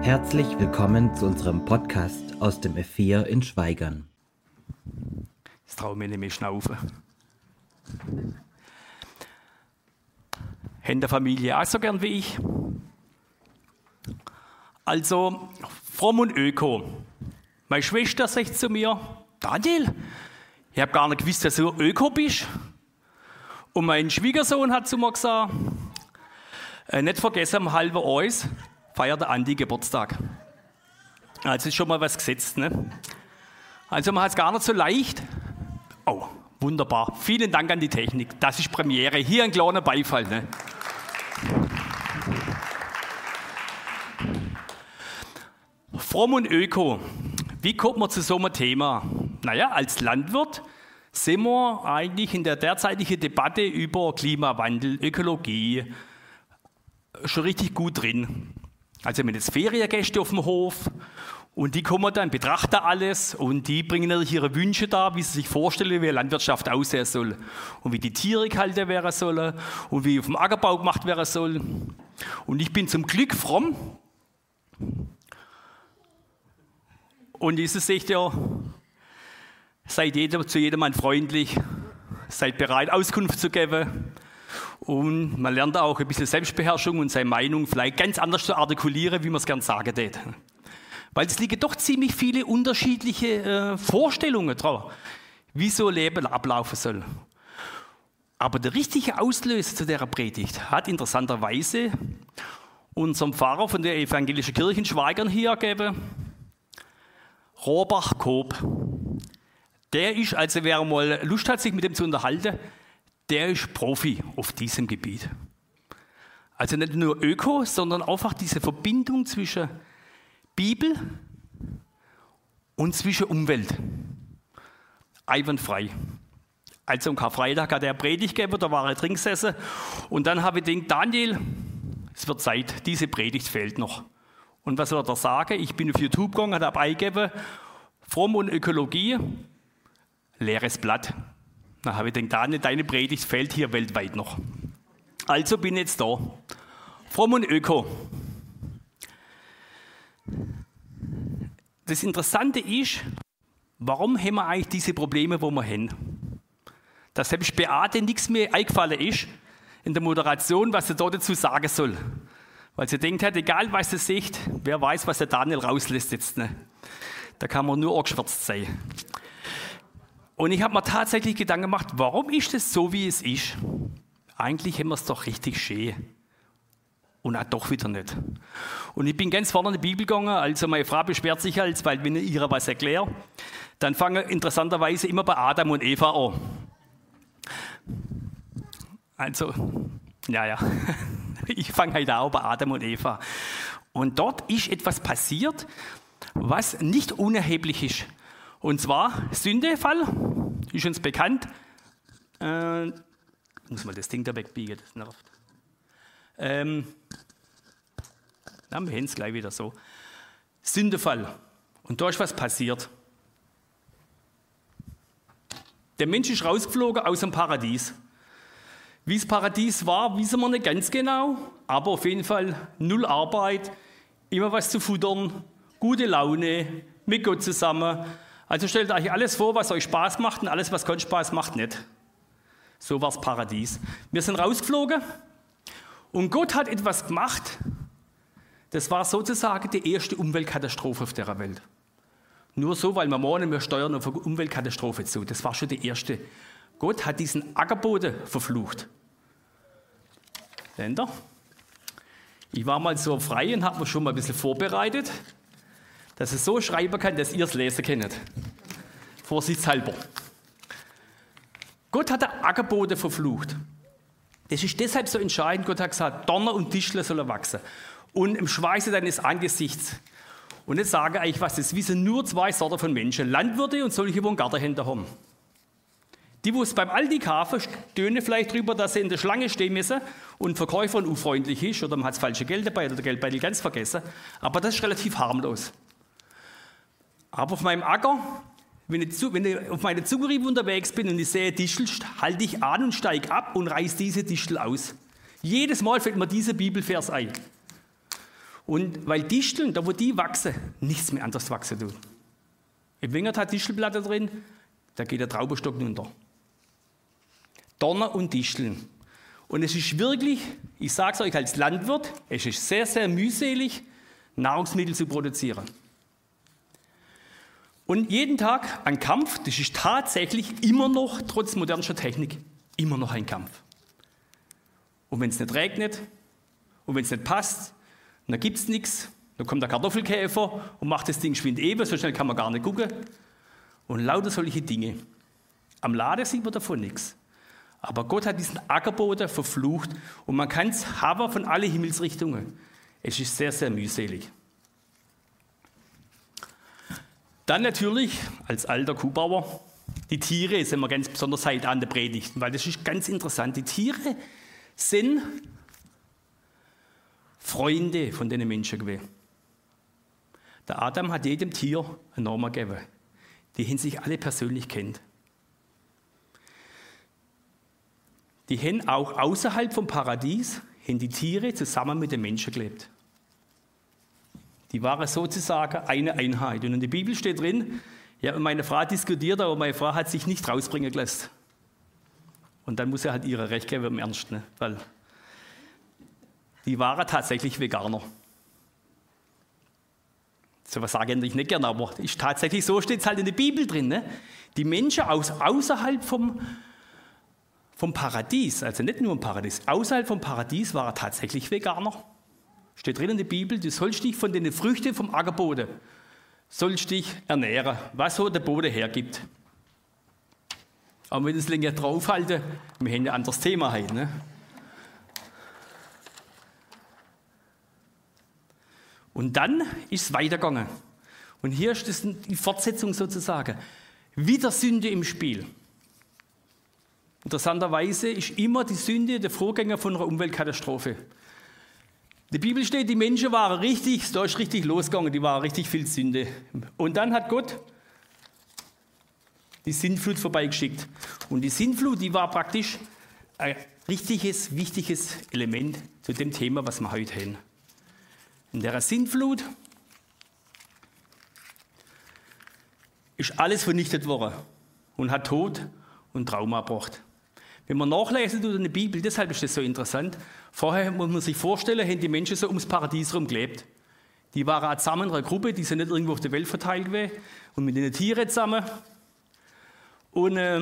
Herzlich willkommen zu unserem Podcast aus dem F4 in Schweigern. Jetzt traue ich mir nicht mehr schnaufen. Haben der Familie auch so gern wie ich? Also, fromm und öko. Meine Schwester sagt zu mir, Daniel, ich habe gar nicht gewusst, dass du öko bist. Und mein Schwiegersohn hat zu mir gesagt, nicht vergessen, am halben Eis feiert der Andi Geburtstag. Also ist schon mal was gesetzt. Ne? Also man hat es gar nicht so leicht. Oh, wunderbar. Vielen Dank an die Technik. Das ist Premiere. Hier ein kleiner Beifall. Ne? Fromm und öko. Wie kommt man zu so einem Thema? Naja, als Landwirt sind wir eigentlich in der derzeitigen Debatte über Klimawandel, Ökologie schon richtig gut drin. Also wir haben jetzt Feriengäste auf dem Hof und die kommen dann, betrachten alles und die bringen natürlich ihre Wünsche dar, wie sie sich vorstellen, wie Landwirtschaft aussehen soll und wie die Tiere gehalten werden sollen und wie auf dem Ackerbau gemacht werden soll. Und ich bin zum Glück fromm und Jesus sagt ja, seid zu jedermann freundlich, seid bereit, Auskunft zu geben. Und man lernt auch ein bisschen Selbstbeherrschung und seine Meinung vielleicht ganz anders zu artikulieren, wie man es gern sagen würde. Weil es liegen doch ziemlich viele unterschiedliche Vorstellungen drauf, wie so ein Leben ablaufen soll. Aber der richtige Auslöser zu dieser Predigt hat interessanterweise unserem Pfarrer von der evangelischen Kirche in Schweigern hier gegeben, Rohrbach Koop. Der ist, also wer mal Lust hat, sich mit dem zu unterhalten, der ist Profi auf diesem Gebiet. Also nicht nur Öko, sondern einfach diese Verbindung zwischen Bibel und zwischen Umwelt. Einwandfrei. Also am Karfreitag hat er Predigt gegeben, da war er drin gesessen und dann habe ich gedacht, Daniel, es wird Zeit, diese Predigt fehlt noch. Und was soll er da sagen? Ich bin auf YouTube gegangen, habe eingegeben, Fromm und Ökologie, leeres Blatt. Dann habe ich gedacht, Daniel, deine Predigt fehlt hier weltweit noch. Also bin ich jetzt da. Fromm und öko. Das Interessante ist, warum haben wir eigentlich diese Probleme, wo wir haben? Dass selbst Beate nichts mehr eingefallen ist in der Moderation, was sie da dazu sagen soll. Weil sie denkt hat, egal was sie sagt, wer weiß, was der Daniel rauslässt jetzt. Ne? Da kann man nur angeschwärzt sein. Und ich habe mir tatsächlich Gedanken gemacht, warum ist es so, wie es ist? Eigentlich haben wir es doch richtig schön. Und auch doch wieder nicht. Und ich bin ganz vorne in die Bibel gegangen, also meine Frau beschwert sich halt, weil wenn ich ihr was erkläre, dann fange ich interessanterweise immer bei Adam und Eva an. Also, ja, ich fange halt auch bei Adam und Eva. Und dort ist etwas passiert, was nicht unerheblich ist. Und zwar Sündefall, ist uns bekannt. Ich muss mal das Ding da wegbiegen, das nervt. Wir haben es gleich wieder so. Sündefall. Und da ist was passiert. Der Mensch ist rausgeflogen aus dem Paradies. Wie das Paradies war, wissen wir nicht ganz genau, aber auf jeden Fall null Arbeit, immer was zu futtern, gute Laune, mit Gott zusammen. Also stellt euch alles vor, was euch Spaß macht und alles, was keinen Spaß macht, nicht. So war das Paradies. Wir sind rausgeflogen und Gott hat etwas gemacht. Das war sozusagen die erste Umweltkatastrophe auf der Welt. Nur so, weil wir meinen, wir steuern auf eine Umweltkatastrophe zu. Das war schon die erste. Gott hat diesen Ackerboden verflucht. Seht ihr? Ich war mal so frei und habe mich schon mal ein bisschen vorbereitet, dass es so schreiben kann, dass ihr es lesen könnt. Vorsichtshalber. Gott hat den Ackerboden verflucht. Das ist deshalb so entscheidend. Gott hat gesagt, Donner und Disteln sollen wachsen. Und im Schweiße deines Angesichts. Und jetzt sage ich was, das wissen nur zwei Sorten von Menschen. Landwirte und solche, die einen Garten haben. Die, die es beim Aldi kaufen, stöhnen vielleicht drüber, dass sie in der Schlange stehen müssen und Verkäufer unfreundlich ist oder man hat das falsche Geld dabei oder der Geldbeutel ganz vergessen. Aber das ist relativ harmlos. Aber auf meinem Acker, wenn ich auf meine Zuckerriebe unterwegs bin und ich sehe Distel, halte ich an und steige ab und reiße diese Distel aus. Jedes Mal fällt mir dieser Bibelvers ein. Und weil Disteln, da wo die wachsen, nichts mehr anderes wachsen tut. Im Wingert hat Distelblätter drin, da geht der Traubenstock runter. Dornen und Disteln. Und es ist wirklich, ich sage es euch als Landwirt, es ist sehr, sehr mühselig, Nahrungsmittel zu produzieren. Und jeden Tag ein Kampf, das ist tatsächlich immer noch, trotz moderner Technik, immer noch ein Kampf. Und wenn es nicht regnet und wenn es nicht passt, dann gibt es nichts, dann kommt der Kartoffelkäfer und macht das Ding geschwind eben, so schnell kann man gar nicht gucken. Und lauter solche Dinge. Am Laden sieht man davon nichts. Aber Gott hat diesen Ackerboden verflucht und man kann es haben von allen Himmelsrichtungen. Es ist sehr, sehr mühselig. Dann natürlich, als alter Kuhbauer, die Tiere sind wir ganz besonders heute an der Predigt, weil das ist ganz interessant. Die Tiere sind Freunde von den Menschen gewesen. Der Adam hat jedem Tier einen Namen gegeben. Die haben sich alle persönlich kennt. Die haben auch außerhalb vom Paradies, haben die Tiere zusammen mit den Menschen gelebt. Die waren sozusagen eine Einheit. Und in der Bibel steht drin, ja, meine Frau diskutiert, aber meine Frau hat sich nicht rausbringen lassen. Und dann muss er halt ihre Recht geben im Ernst, ne? Weil die waren tatsächlich Veganer. So was sage ich nicht gerne, aber ist tatsächlich so, steht es halt in der Bibel drin. Ne? Die Menschen außerhalb vom Paradies, also nicht nur im Paradies, außerhalb vom Paradies waren tatsächlich Veganer. Steht drin in der Bibel, du sollst dich von den Früchten vom Ackerboden, sollst dich ernähren, was so der Boden hergibt. Aber wenn wir es länger draufhalten, wir haben ein anderes Thema heute. Ne? Und dann ist es weitergegangen. Und hier ist das die Fortsetzung sozusagen. Wieder Sünde im Spiel. Interessanterweise ist immer die Sünde der Vorgänger von einer Umweltkatastrophe. In der Bibel steht, die Menschen waren richtig, da ist richtig losgegangen, die waren richtig viel Sünde. Und dann hat Gott die Sintflut vorbeigeschickt. Und die Sintflut, die war praktisch ein richtiges, wichtiges Element zu dem Thema, was wir heute haben. In der Sintflut ist alles vernichtet worden und hat Tod und Trauma gebracht. Wenn man nachlesen tut in der Bibel, deshalb ist das so interessant, vorher muss man sich vorstellen, haben die Menschen so ums Paradies herum gelebt. Die waren zusammen in einer Gruppe, die sind nicht irgendwo auf der Welt verteilt gewesen und mit den Tieren zusammen. Und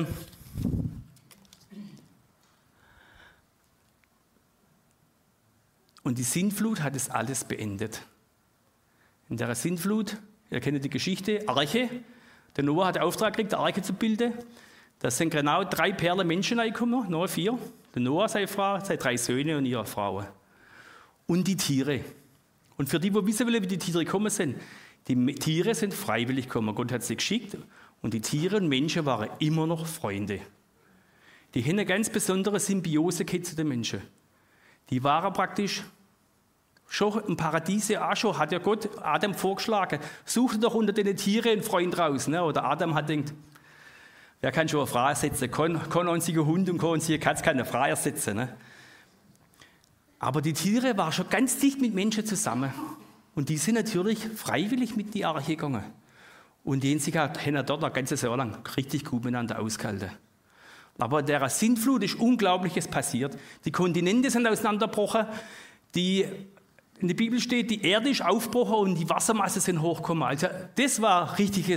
die Sintflut hat das alles beendet. In der Sintflut, ihr kennt die Geschichte, Arche. Der Noah hat den Auftrag gekriegt, die Arche zu bilden. Da sind genau 3 Perlen Menschen reingekommen, noch 4. Der Noah, seine Frau, seine 3 Söhne und ihre Frauen. Und die Tiere. Und für die, die wissen wollen, wie die Tiere gekommen sind, die Tiere sind freiwillig gekommen. Gott hat sie geschickt und die Tiere und Menschen waren immer noch Freunde. Die haben eine ganz besondere Symbiose zu den Menschen. Die waren praktisch schon im Paradies, ja schon, hat ja Gott Adam vorgeschlagen, suchte doch unter den Tieren einen Freund raus. Ne? Oder Adam hat gedacht, wer kann schon eine Frau ersetzen? Kann einziger Hund und kann einziger Katz keine Frau ersetzen. Ne? Aber die Tiere waren schon ganz dicht mit Menschen zusammen. Und die sind natürlich freiwillig mit die Arche gegangen. Und die haben dort ein ganzes Jahr lang richtig gut miteinander ausgehalten. Aber der Sintflut ist Unglaubliches passiert. Die Kontinente sind auseinandergebrochen. In der Bibel steht, die Erde ist aufgebrochen und die Wassermassen sind hochgekommen. Also das war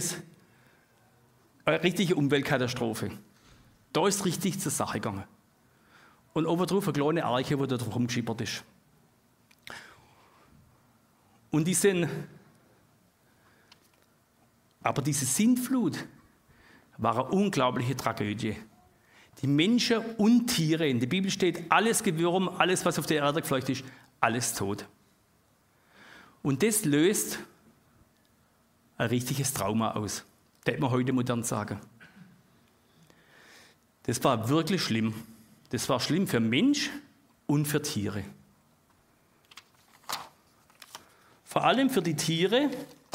eine richtige Umweltkatastrophe. Da ist richtig zur Sache gegangen. Und oben drauf eine kleine Arche, wo da drauf rumgeschippert ist. Und aber diese Sintflut war eine unglaubliche Tragödie. Die Menschen und Tiere, in der Bibel steht, alles Gewürm, alles, was auf der Erde gefleucht ist, alles tot. Und das löst ein richtiges Trauma aus. Das hätte man heute modern sagen. Das war wirklich schlimm. Das war schlimm für Mensch und für Tiere. Vor allem für die Tiere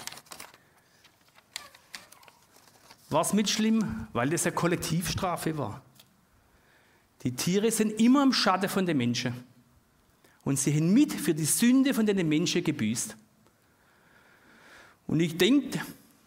war es mit schlimm, weil das eine Kollektivstrafe war. Die Tiere sind immer im Schatten von den Menschen. Und sie haben mit für die Sünde von den Menschen gebüßt. Und ich denke,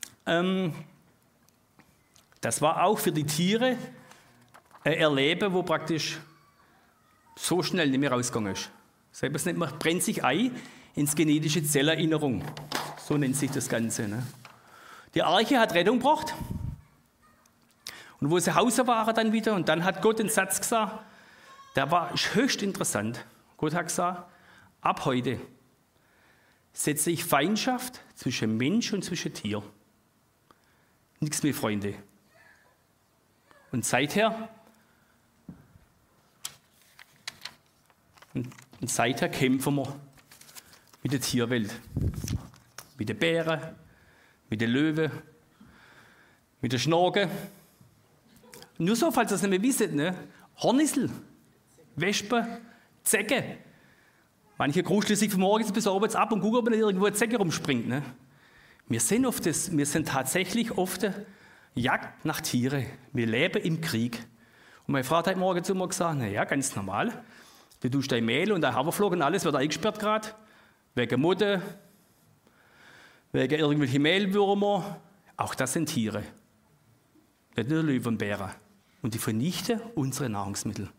das war auch für die Tiere ein Erleben, wo praktisch so schnell nicht mehr rausgegangen ist. Das nennt man, brennt sich ein ins genetische Zellerinnerung. So nennt sich das Ganze. Ne? Die Arche hat Rettung gebracht. Und wo sie Hause waren dann wieder, und dann hat Gott den Satz gesagt, der war höchst interessant. Gott hat gesagt, ab heute setze ich Feindschaft zwischen Mensch und zwischen Tier. Nichts mehr, Freunde. Und seither kämpfen wir mit der Tierwelt. Mit den Bären, mit den Löwen, mit den Schnorken. Nur so, falls ihr es nicht mehr wisst, ne? Hornissel, Wespen, Zecken. Manche kruscheln sich von morgens bis abends ab und gucken, ob nicht irgendwo eine Zecke rumspringt. Ne? Wir sind tatsächlich oft Jagd nach Tieren. Wir leben im Krieg. Und mein Vater hat morgen zu mir gesagt, naja, ganz normal. Du tust dein Mehl und dein Haferflocken und alles wird eingesperrt gerade. Wegen Motte, wegen irgendwelche Mehlwürmer. Auch das sind Tiere. Nicht nur Löwen und Bären. Und die vernichten unsere Nahrungsmittel.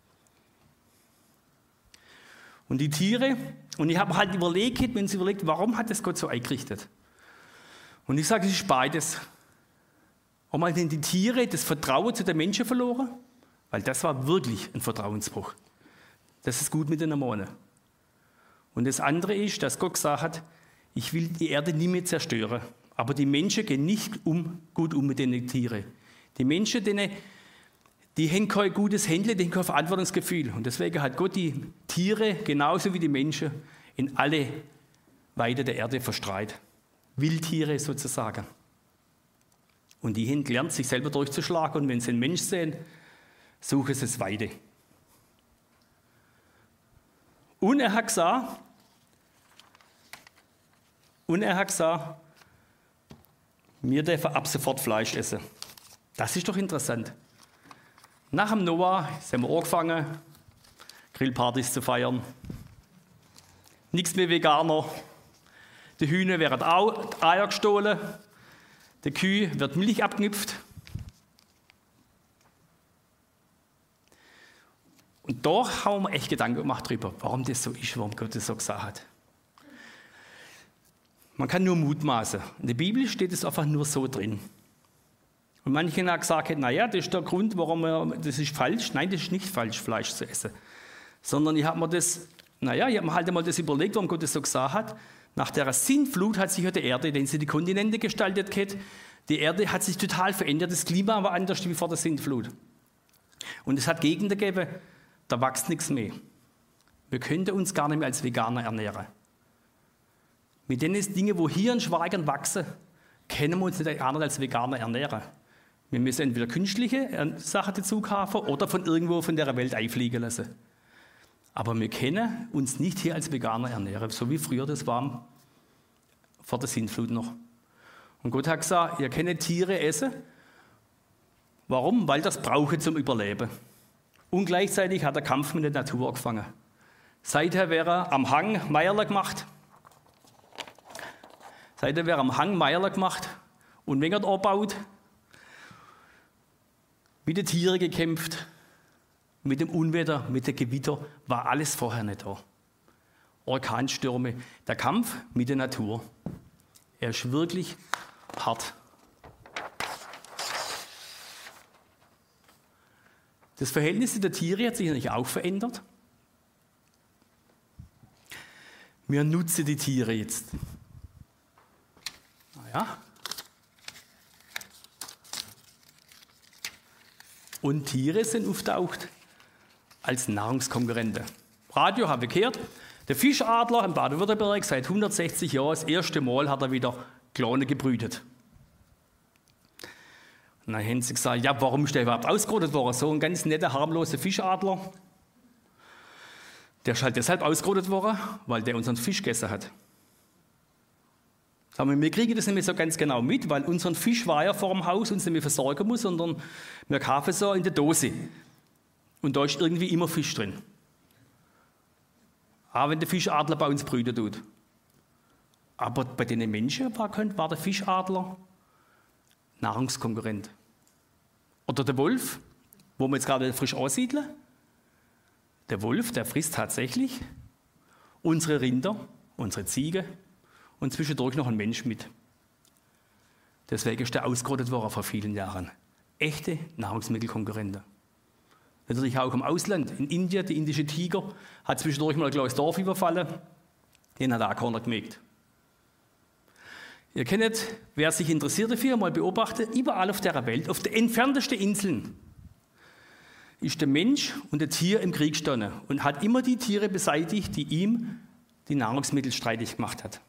Und die Tiere, und ich habe halt überlegt, wenn sie überlegt, warum hat das Gott so eingerichtet? Und ich sage, es ist beides. Haben halt die Tiere das Vertrauen zu den Menschen verloren? Weil das war wirklich ein Vertrauensbruch. Das ist gut mit den Dämonen. Und das andere ist, dass Gott gesagt hat, ich will die Erde nicht mehr zerstören. Aber die Menschen gehen nicht gut um mit den Tieren. Die Menschen, die haben kein gutes Händler, die haben kein Verantwortungsgefühl. Und deswegen hat Gott die Tiere, genauso wie die Menschen, in alle Weite der Erde verstreut. Wildtiere sozusagen. Und die haben gelernt, sich selber durchzuschlagen. Und wenn sie einen Mensch sehen, suchen sie das Weide. Und er hat gesagt, wir dürfen ab sofort Fleisch essen. Das ist doch interessant. Nach dem Noah sind wir angefangen, Grillpartys zu feiern. Nichts mehr Veganer. Die Hühner werden Eier gestohlen. Der Kühe wird Milch abgeknüpft. Und da haben wir echt Gedanken gemacht darüber, warum das so ist, warum Gott das so gesagt hat. Man kann nur mutmaßen. In der Bibel steht es einfach nur so drin. Und manche haben gesagt, naja, das ist der Grund, warum das ist falsch. Nein, das ist nicht falsch, Fleisch zu essen. Sondern ich habe mir halt einmal das überlegt, warum Gott das so gesagt hat. Nach der Sintflut hat sich ja die Erde, denn sie die Kontinente gestaltet hat, die Erde hat sich total verändert, das Klima war anders wie vor der Sintflut. Und es hat Gegenden gegeben, da wächst nichts mehr. Wir könnten uns gar nicht mehr als Veganer ernähren. Mit den Dingen, wo hier in Schweigern wachsen, können wir uns nicht anders als Veganer ernähren. Wir müssen entweder künstliche Sachen dazu kaufen oder von irgendwo von der Welt einfliegen lassen. Aber wir können uns nicht hier als Veganer ernähren, so wie früher das war vor der Sintflut noch. Und Gott hat gesagt, ihr könnt Tiere essen. Warum? Weil das brauche zum Überleben. Und gleichzeitig hat der Kampf mit der Natur angefangen. Seither wäre er am Hang Meierle gemacht. Und wenn er anbaut, mit den Tieren gekämpft, mit dem Unwetter, mit dem Gewitter, war alles vorher nicht da. Orkanstürme, der Kampf mit der Natur. Er ist wirklich hart. Das Verhältnis der Tiere hat sich natürlich auch verändert. Wir nutzen die Tiere jetzt. Naja. Und Tiere sind auftaucht als Nahrungskonkurrente. Radio habe ich gehört, der Fischadler im Baden-Württemberg seit 160 Jahren, das erste Mal hat er wieder Klone gebrütet. Und dann haben sie gesagt, ja, warum ist der überhaupt ausgerottet worden? So ein ganz netter, harmloser Fischadler. Der ist halt deshalb ausgerottet worden, weil der unseren Fisch gegessen hat. Sagen wir kriegen das nicht mehr so ganz genau mit, weil unseren Fisch war ja vor dem Haus uns nicht mehr versorgen muss, sondern wir kaufen so in der Dose. Und da ist irgendwie immer Fisch drin. Auch wenn der Fischadler bei uns brüten tut. Aber bei den Menschen war der Fischadler Nahrungskonkurrent. Oder der Wolf, wo wir jetzt gerade frisch ansiedeln. Der Wolf, der frisst tatsächlich unsere Rinder, unsere Ziege und zwischendurch noch ein Mensch mit. Deswegen ist der ausgerottet worden vor vielen Jahren. Echte Nahrungsmittelkonkurrenten. Natürlich auch im Ausland. In Indien, der indische Tiger, hat zwischendurch mal ein kleines Dorf überfallen. Den hat auch keiner gemerkt. Ihr kennt, wer sich interessiert dafür, mal beobachtet, überall auf der Welt, auf den entferntesten Inseln, ist der Mensch und der Tier im Krieg gestanden und hat immer die Tiere beseitigt, die ihm die Nahrungsmittel streitig gemacht hat.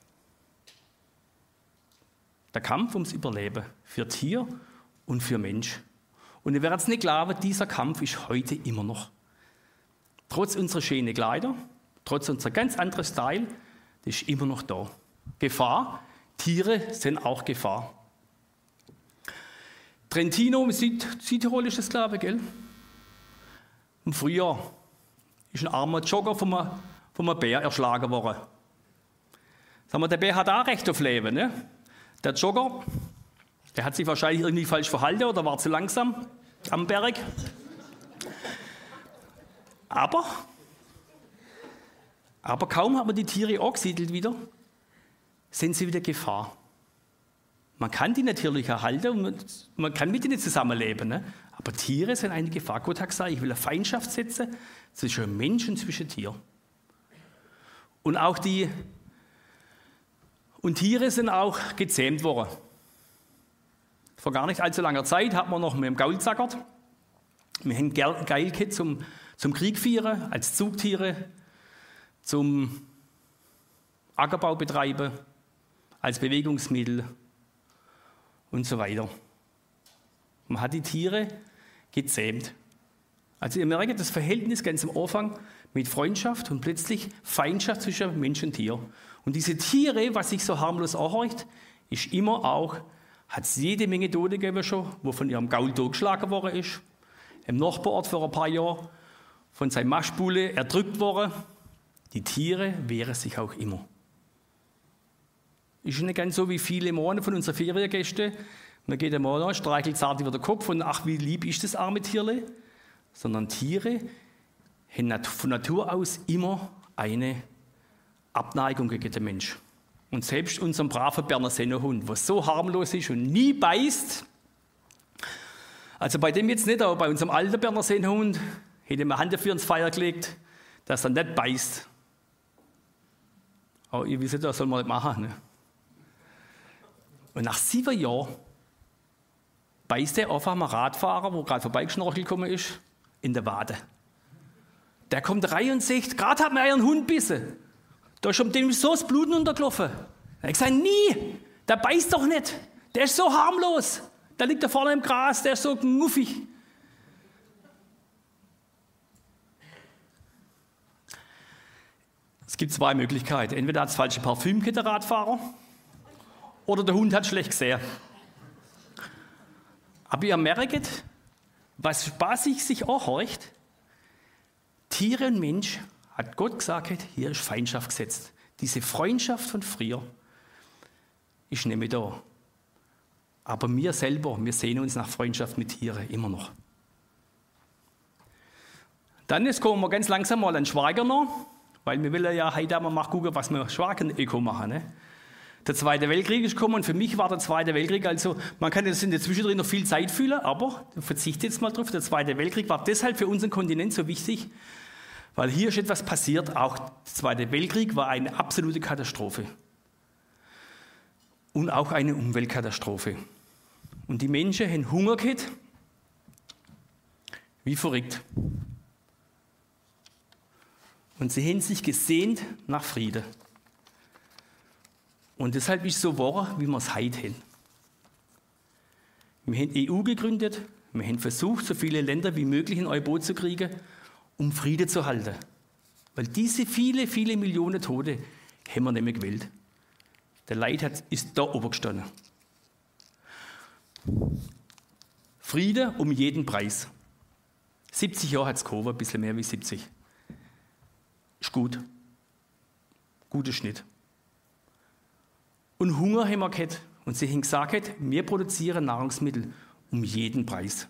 Der Kampf ums Überleben für Tier und für Mensch. Und ihr werdet es nicht glauben, dieser Kampf ist heute immer noch. Trotz unserer schönen Kleider, trotz unserer ganz anderen Style, das ist immer noch da. Gefahr, Tiere sind auch Gefahr. Trentino, Südtirol ist das, glaube ich, gell? Im Frühjahr ist ein armer Jogger von einem Bär erschlagen worden. Sagen wir, der Bär hat auch Recht auf Leben, ne? Der Jogger, der hat sich wahrscheinlich irgendwie falsch verhalten oder war zu langsam am Berg. Aber kaum haben wir die Tiere angesiedelt wieder, sind sie wieder Gefahr. Man kann die natürlich erhalten und man kann mit ihnen zusammenleben, ne? Aber Tiere sind eine Gefahr. Gott hat gesagt, ich will eine Feindschaft setzen zwischen Mensch und zwischen Tier. Und Tiere sind auch gezähmt worden. Vor gar nicht allzu langer Zeit hat man noch mit dem Gaul zackert. Wir haben Geilke zum Krieg führen, als Zugtiere, zum Ackerbau betreiben, als Bewegungsmittel und so weiter. Man hat die Tiere gezähmt. Also ihr merkt das Verhältnis ganz am Anfang mit Freundschaft und plötzlich Feindschaft zwischen Mensch und Tier. Und diese Tiere, was sich so harmlos anhört, ist immer auch, hat es jede Menge Tote gegeben schon, wo von ihrem Gaul totgeschlagen worden ist. Im Nachbarort vor ein paar Jahren von seinem Maschbulle erdrückt worden. Die Tiere wehren sich auch immer. Ist nicht ganz so wie viele Monate von unseren Feriengästen. Man geht einmal an, streichelt zart über den Kopf und ach, wie lieb ist das arme Tierle. Sondern Tiere haben von Natur aus immer eine Abneigung gegen den Mensch. Und selbst unserem braven Berner Sennenhund, der so harmlos ist und nie beißt, also bei dem jetzt nicht, aber bei unserem alten Berner Sennenhund, hätte man Hand dafür ins Feuer gelegt, dass er nicht beißt. Aber ihr wisst, das soll man nicht machen. Ne? Und nach 7 Jahren beißt er auf einem Radfahrer, der gerade vorbeigeschnorchelt gekommen ist, in der Wade. Der kommt rein und sagt, gerade hat mir einen Hund bissen. Da ist dem so das Blut runtergelaufen. Er hat gesagt, nie, der beißt doch nicht. Der ist so harmlos. Der liegt da vorne im Gras, der ist so knuffig. Es gibt 2 Möglichkeiten. Entweder hat das falsche Parfüm, der Radfahrer, oder der Hund hat schlecht gesehen. Aber ihr merkt, was spaßig sich anhört, Tiere und Mensch, hat Gott gesagt, hier ist Feindschaft gesetzt. Diese Freundschaft von früher ist nicht mehr da. Aber wir selber, wir sehen uns nach Freundschaft mit Tieren immer noch. Dann jetzt kommen wir ganz langsam mal an Schwager noch, weil wir wollen ja heute mal gucken, was wir Schwager-Öko machen. Ne? Der Zweite Weltkrieg ist gekommen und für mich war der Zweite Weltkrieg, also man kann jetzt in der Zwischendrin noch viel Zeit fühlen, aber ich verzichte jetzt mal drauf. Der Zweite Weltkrieg war deshalb für unseren Kontinent so wichtig, weil hier ist etwas passiert. Auch der Zweite Weltkrieg war eine absolute Katastrophe. Und auch eine Umweltkatastrophe. Und die Menschen haben Hunger gehabt, wie verrückt. Und sie haben sich gesehnt nach Frieden. Und deshalb ist es so wahr, wie wir es heute haben. Wir haben EU gegründet, wir haben versucht, so viele Länder wie möglich in euer Boot zu kriegen, um Frieden zu halten. Weil diese viele, viele Millionen Tote haben wir nicht mehr gewählt. Der Leid ist da oben gestanden. Friede um jeden Preis. 70 Jahre hat es gehoben, ein bisschen mehr wie 70. Ist gut. Guter Schnitt. Und Hunger haben wir gehabt. Und sie haben gesagt, wir produzieren Nahrungsmittel um jeden Preis.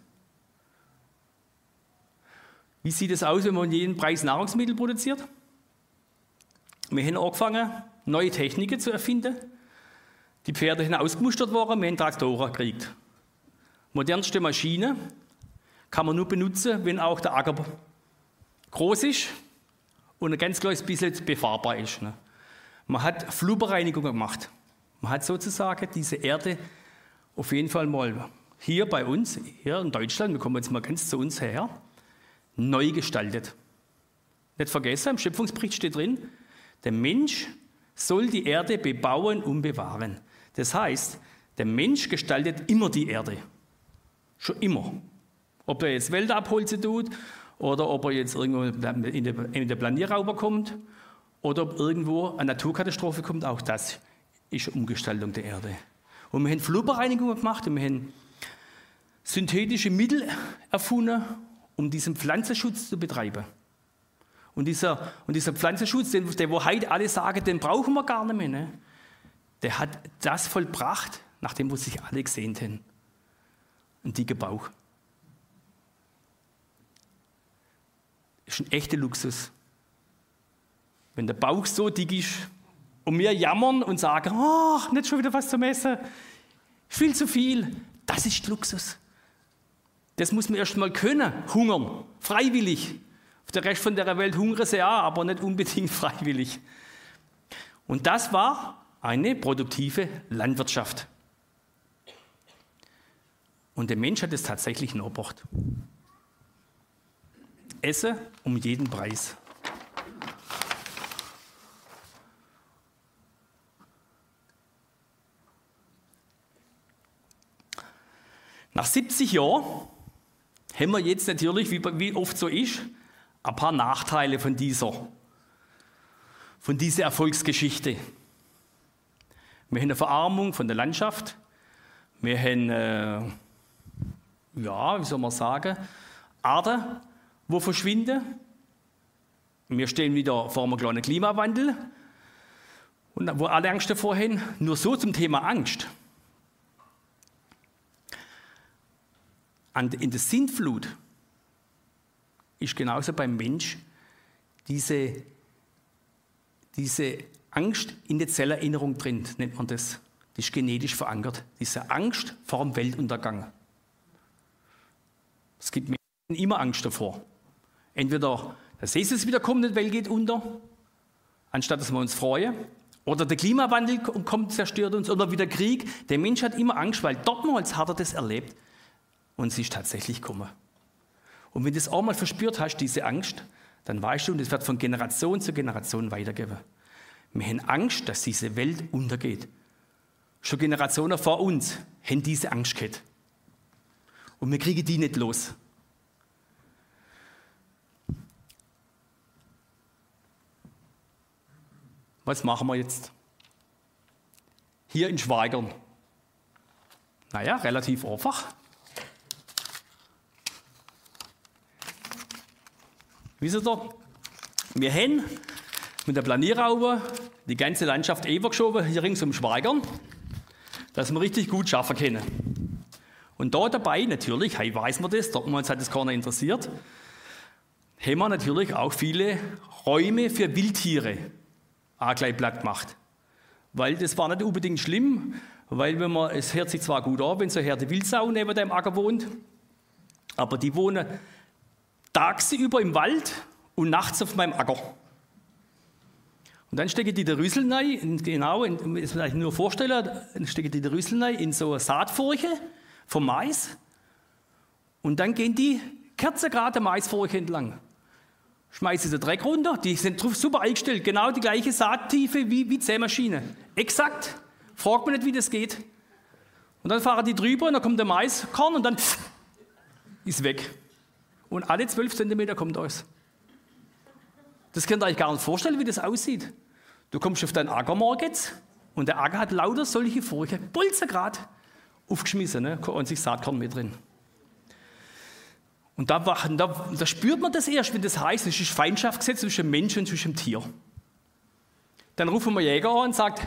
Wie sieht es aus, wenn man um jeden Preis Nahrungsmittel produziert? Wir haben angefangen, neue Techniken zu erfinden. Die Pferde sind ausgemustert worden, wir haben Traktoren gekriegt. Modernste Maschine kann man nur benutzen, wenn auch der Acker groß ist und ein ganz kleines bisschen befahrbar ist. Man hat Flurbereinigung gemacht. Man hat sozusagen diese Erde auf jeden Fall mal hier bei uns, hier in Deutschland, wir kommen jetzt mal ganz zu uns her, neu gestaltet. Nicht vergessen, im Schöpfungsbericht steht drin, der Mensch soll die Erde bebauen und bewahren. Das heißt, der Mensch gestaltet immer die Erde. Schon immer. Ob er jetzt Wälder abholzen tut oder ob er jetzt irgendwo in den Planierrauber kommt oder ob irgendwo eine Naturkatastrophe kommt, auch das ist eine Umgestaltung der Erde. Und wir haben Flurbereinigung gemacht und wir haben synthetische Mittel erfunden, um diesen Pflanzenschutz zu betreiben. Und dieser Pflanzenschutz, der wo heute alle sagen, den brauchen wir gar nicht mehr, ne? Der hat das vollbracht, nachdem wo sich alle gesehen haben. Ein dicker Bauch. Ist ein echter Luxus. Wenn der Bauch so dick ist und wir jammern und sagen, oh, nicht schon wieder was zum Essen, viel zu viel, das ist Luxus. Das muss man erst mal können, hungern, freiwillig. Der Rest von der Welt hungern sie ja, aber nicht unbedingt freiwillig. Und das war eine produktive Landwirtschaft. Und der Mensch hat es tatsächlich nachgebracht. Esse um jeden Preis. Nach 70 Jahren haben wir jetzt natürlich, wie oft so ist, ein paar Nachteile von dieser Erfolgsgeschichte. Wir haben eine Verarmung von der Landschaft. Wir haben, wie soll man sagen, Arten, die verschwinden. Wir stehen wieder vor einem kleinen Klimawandel, und wo alle Angst davor haben. Nur so zum Thema Angst. In der Sintflut ist genauso beim Mensch diese Angst in der Zellerinnerung drin, nennt man das. Das ist genetisch verankert. Diese Angst vor dem Weltuntergang. Es gibt Menschen immer Angst davor. Entweder, dass Jesus wieder kommt und die Welt geht unter, anstatt dass wir uns freuen, oder der Klimawandel kommt, zerstört uns, oder wieder Krieg. Der Mensch hat immer Angst, weil dortmals hat er das erlebt. Und sie ist tatsächlich gekommen. Und wenn du das auch mal verspürt hast, diese Angst, dann weißt du, und es wird von Generation zu Generation weitergegeben. Wir haben Angst, dass diese Welt untergeht. Schon Generationen vor uns haben diese Angst gehabt. Und wir kriegen die nicht los. Was machen wir jetzt? Hier in Schwaigern. Naja, relativ einfach. Wisst ihr, wir haben mit der Planierraube die ganze Landschaft übergeschoben, hier rings um Schwaigern, dass wir richtig gut schaffen können. Und da dabei, natürlich, heute weiß man das, damals hat es keiner interessiert, haben wir natürlich auch viele Räume für Wildtiere auch gleich platt gemacht. Weil das war nicht unbedingt schlimm, weil es hört sich zwar gut an, wenn so eine Herde Wildsau neben dem Acker wohnt, aber die wohnen tagsüber im Wald und nachts auf meinem Acker. Und dann stecken die Rüssel rein, genau, das muss ich nur vorstellen, dann stecken die Rüssel rein in so eine Saatfurche vom Mais und dann gehen die kerzengerade Maisfurche entlang. Schmeißen den Dreck runter, die sind super eingestellt, genau die gleiche Saattiefe wie Sämaschine. Exakt. Fragt man nicht, wie das geht. Und dann fahren die drüber und dann kommt der Maiskorn und dann ist weg. Und alle 12 Zentimeter kommt aus. Das könnt ihr euch gar nicht vorstellen, wie das aussieht. Du kommst auf deinen Acker morgens und der Acker hat lauter solche Furche, bolzengrad, aufgeschmissen, ne? Und sich Saatkorn mit drin. Und da spürt man das erst, wenn das heißt, es ist Feindschaftsgesetz zwischen Mensch und zwischen Tier. Dann rufen wir Jäger an und sagt,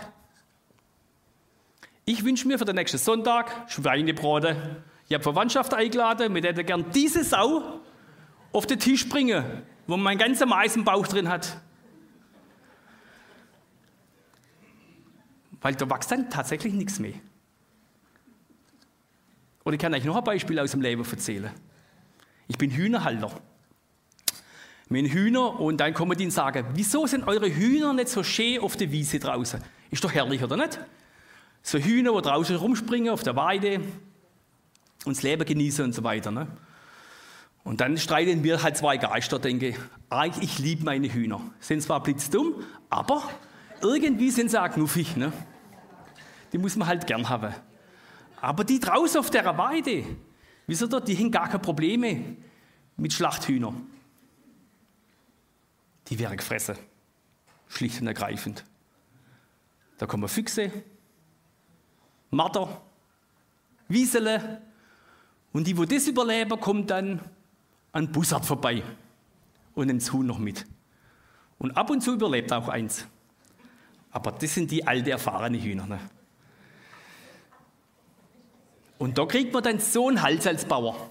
ich wünsche mir für den nächsten Sonntag Schweinebraten. Ich habe Verwandtschaft eingeladen, mit der gern diese Sau auf den Tisch bringen, wo mein ganzer Mais im Bauch drin hat. Weil da wächst dann tatsächlich nichts mehr. Oder ich kann euch noch ein Beispiel aus dem Leben erzählen. Ich bin Hühnerhalter. Wir haben Hühner und dann kommen die und sagen, wieso sind eure Hühner nicht so schön auf der Wiese draußen? Ist doch herrlich, oder nicht? So Hühner, die draußen rumspringen auf der Weide und das Leben genießen und so weiter. Ne? Und dann streiten wir halt zwei Geister, denke ich. Ich liebe meine Hühner. Sind zwar blitzdumm, aber irgendwie sind sie auch knuffig. Ne? Die muss man halt gern haben. Aber die draußen auf der Weide, wisst ihr, die haben gar keine Probleme mit Schlachthühnern. Die werden gefressen. Schlicht und ergreifend. Da kommen Füchse, Marder, Wiesele. Und die, die das überleben, kommt dann an Bussard vorbei. Und nimmt das Huhn noch mit. Und ab und zu überlebt auch eins. Aber das sind die alte, erfahrene Hühner. Ne? Und da kriegt man dann so einen Hals als Bauer.